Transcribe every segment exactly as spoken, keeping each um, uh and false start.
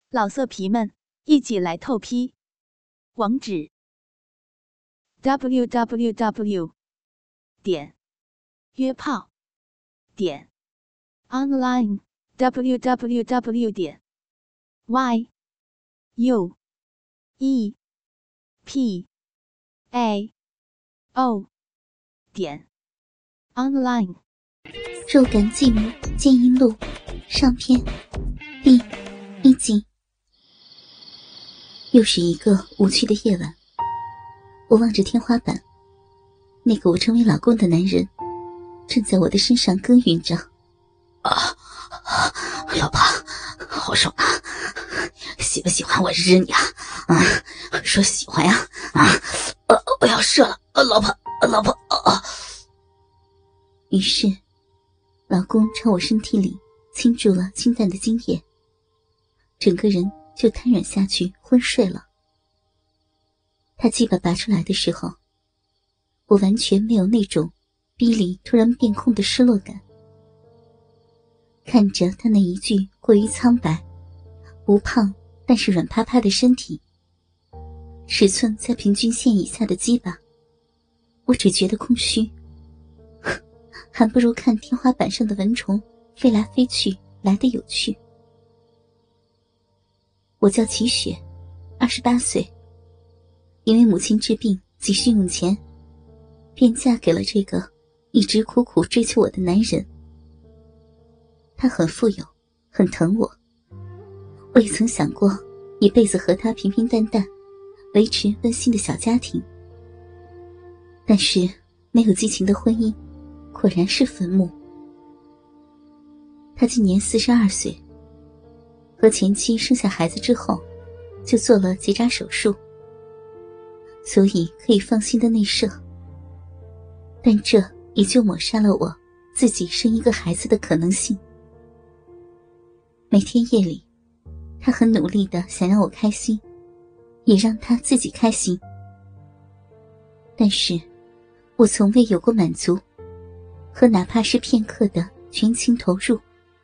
老色皮们，一起来透批！网址 ：double u double u double u 点约炮点 online w w w 点 y u e p a o 点 online。 肉感寂寞剑阴录上篇第一集。又是一个无趣的夜晚，我望着天花板，那个我称为老公的男人正在我的身上耕耘着。 啊，老婆，好爽啊！喜不喜欢我日你啊？啊，说喜欢呀！啊，呃，我要射了，呃，老婆，呃，老婆，啊！ 于是，老公朝我身体里倾注了清淡的精液，整个人就瘫软下去昏睡了。他鸡巴拔出来的时候，我完全没有那种逼里突然变空的失落感。看着他那一具过于苍白不胖但是软趴趴的身体，尺寸在平均线以下的鸡巴，我只觉得空虚，还不如看天花板上的蚊虫飞来飞去来得有趣。我叫齐雪，二十八岁，因为母亲治病急需用钱，便嫁给了这个一直苦苦追求我的男人。他很富有，很疼我，我也曾想过一辈子和他平平淡淡维持温馨的小家庭，但是没有激情的婚姻果然是坟墓。他今年四十二岁，和前妻生下孩子之后就做了结扎手术，所以可以放心的内射，但这也就抹杀了我自己生一个孩子的可能性。每天夜里，他很努力地想让我开心，也让他自己开心，但是我从未有过满足和哪怕是片刻的全情投入。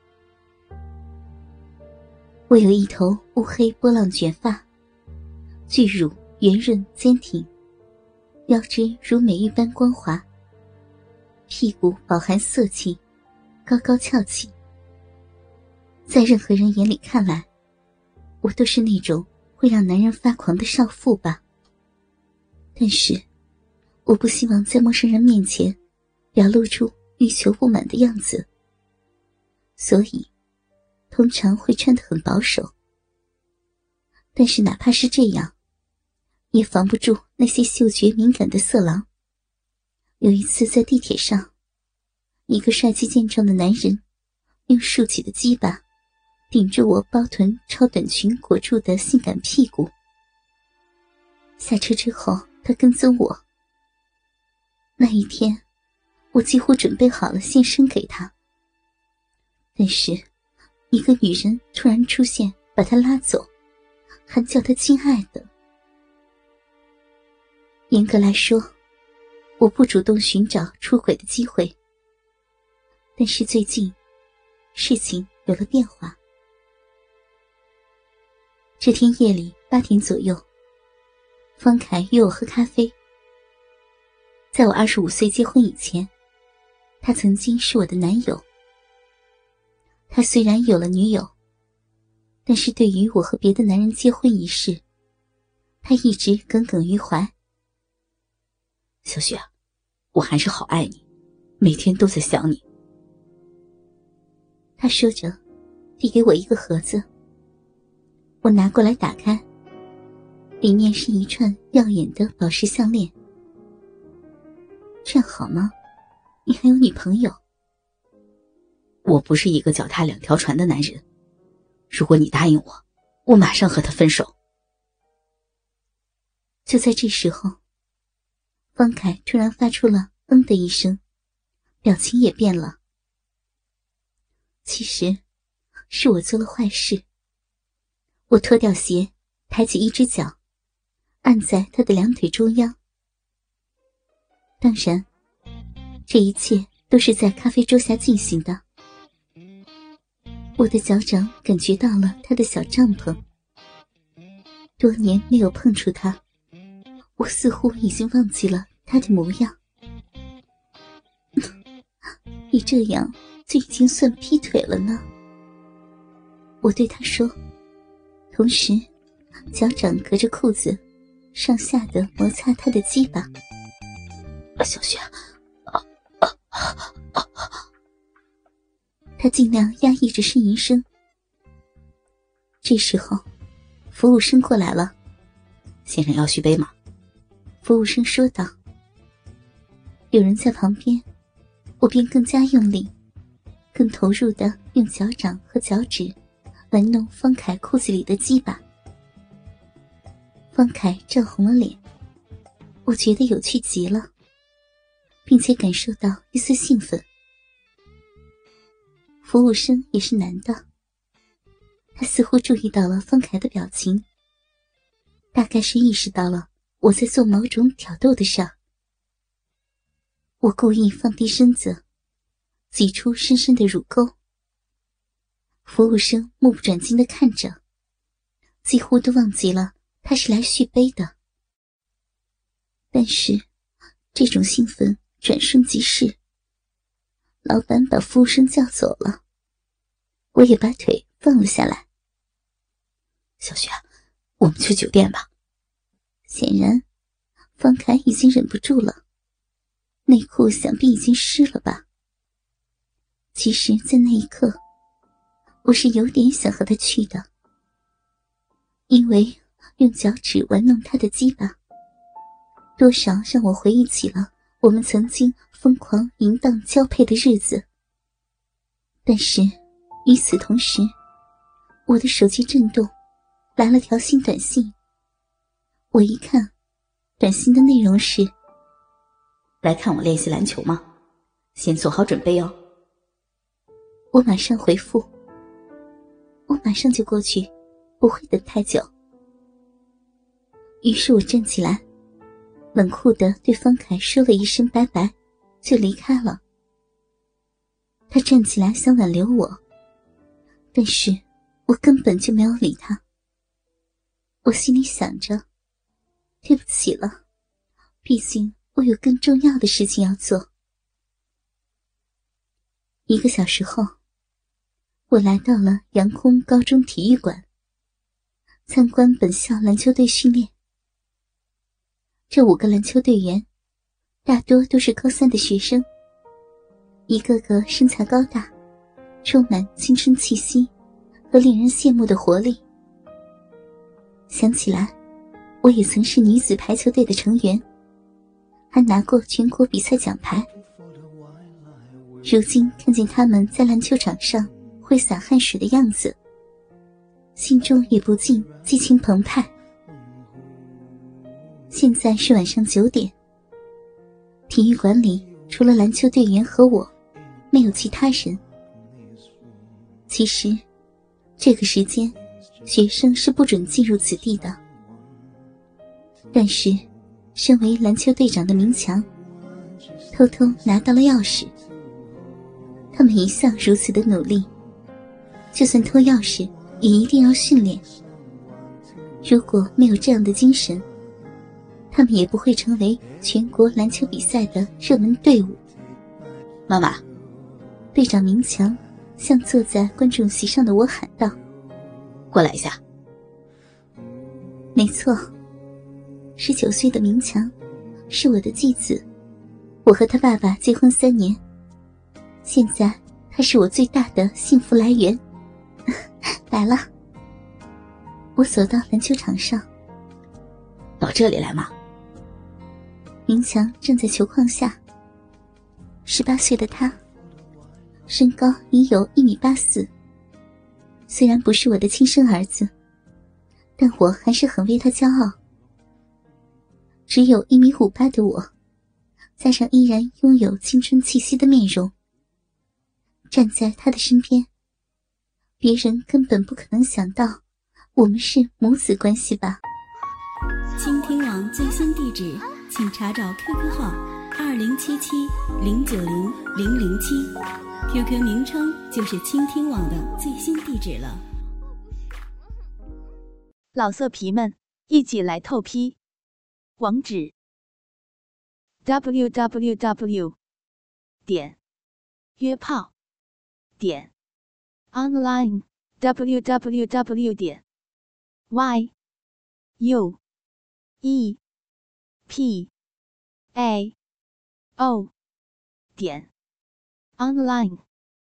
我有一头乌黑波浪卷发，巨乳圆润坚挺，腰肢如美玉般光滑，屁股饱含色气，高高翘起。在任何人眼里看来，我都是那种会让男人发狂的少妇吧。但是我不希望在陌生人面前表露出欲求不满的样子，所以通常会穿得很保守。但是哪怕是这样，也防不住那些嗅觉敏感的色狼。有一次在地铁上，一个帅气健壮的男人用竖起的鸡巴顶住我包臀超短裙裹住的性感屁股。下车之后，他跟踪我。那一天，我几乎准备好了献身给他，但是一个女人突然出现，把他拉走，还叫他亲爱的。严格来说，我不主动寻找出轨的机会，但是最近事情有了变化。这天夜里八点左右，方凯约我喝咖啡。在我二十五岁结婚以前，他曾经是我的男友。他虽然有了女友，但是对于我和别的男人结婚一事，他一直耿耿于怀。 小雪，我还是好爱你，每天都在想你。 他说着，递给我一个盒子。我拿过来打开，里面是一串耀眼的宝石项链。这样好吗？你还有女朋友？ 我不是一个脚踏两条船的男人，如果你答应我，我马上和他分手。 就在这时候，方凯突然发出了嗯的一声，表情也变了。其实是我做了坏事。我脱掉鞋，抬起一只脚，按在他的两腿中央。当然，这一切都是在咖啡桌下进行的。我的脚掌感觉到了他的小帐篷， 多年没有碰触他，我似乎已经忘记了他的模样。你这样就已经算劈腿了呢？我对他说，同时脚掌隔着裤子上下的摩擦他的鸡巴。 小雪，啊啊啊！他尽量压抑着呻吟声。这时候服务生过来了。 先生要续杯吗？ 服务生说道。有人在旁边，我便更加用力更投入地用脚掌和脚趾玩弄方凯裤子里的鸡巴。方凯涨红了脸，我觉得有趣极了，并且感受到一丝兴奋。服务生也是男的，他似乎注意到了方凯的表情，大概是意识到了我在做某种挑逗的事儿。我故意放低身子，挤出深深的乳沟。服务生目不转睛地看着，几乎都忘记了他是来续杯的。但是这种兴奋转瞬即逝，老板把服务生叫走了，我也把腿放了下来。 小雪，我们去酒店吧。 显然方凯已经忍不住了，内裤想必已经湿了吧。其实在那一刻我是有点想和他去的，因为用脚趾玩弄他的鸡巴，多少让我回忆起了我们曾经疯狂淫荡交配的日子。但是与此同时，我的手机震动，来了条新短信。我一看，短信的内容是： 来看我练习篮球吗？先做好准备哦。 我马上回复，我马上就过去，不会等太久。于是我站起来，冷酷地对方凯说了一声拜拜，就离开了。他站起来想挽留我，但是我根本就没有理他。我心里想着，对不起了，毕竟我有更重要的事情要做。一个小时后，我来到了阳空高中体育馆，参观本校篮球队训练。这五个篮球队员大多都是高三的学生，一个个身材高大，充满青春气息和令人羡慕的活力。想起来，我也曾是女子排球队的成员，还拿过全国比赛奖牌。如今看见他们在篮球场上挥洒汗水的样子，心中也不禁激情澎湃。现在是晚上九点，体育馆里除了篮球队员和我，没有其他人。其实这个时间学生是不准进入此地的，但是身为篮球队长的明强偷偷拿到了钥匙。他们一向如此的努力，就算偷钥匙也一定要训练。如果没有这样的精神，他们也不会成为全国篮球比赛的热门队伍。 妈妈， 队长明强向坐在观众席上的我喊道： 过来一下。 没错，十九岁的明强是我的继子，我和他爸爸结婚三年，现在他是我最大的幸福来源。来了。我走到篮球场上。 到这里来吗？ 明强站在球框下，十八岁的他身高已有一米八四，虽然不是我的亲生儿子，但我还是很为他骄傲。只有一米五八的我，加上依然拥有青春气息的面容，站在他的身边，别人根本不可能想到我们是母子关系吧。 倾听网最新地址，请查找 Q Q 号二零七七零九零零零七 ，Q Q 名称就是倾听网的最新地址了。老色皮们， 一起来透批。网址 ：double-u double-u double-u 点约炮点 online double-u double-u double-u 点 y u e p a o 点 online。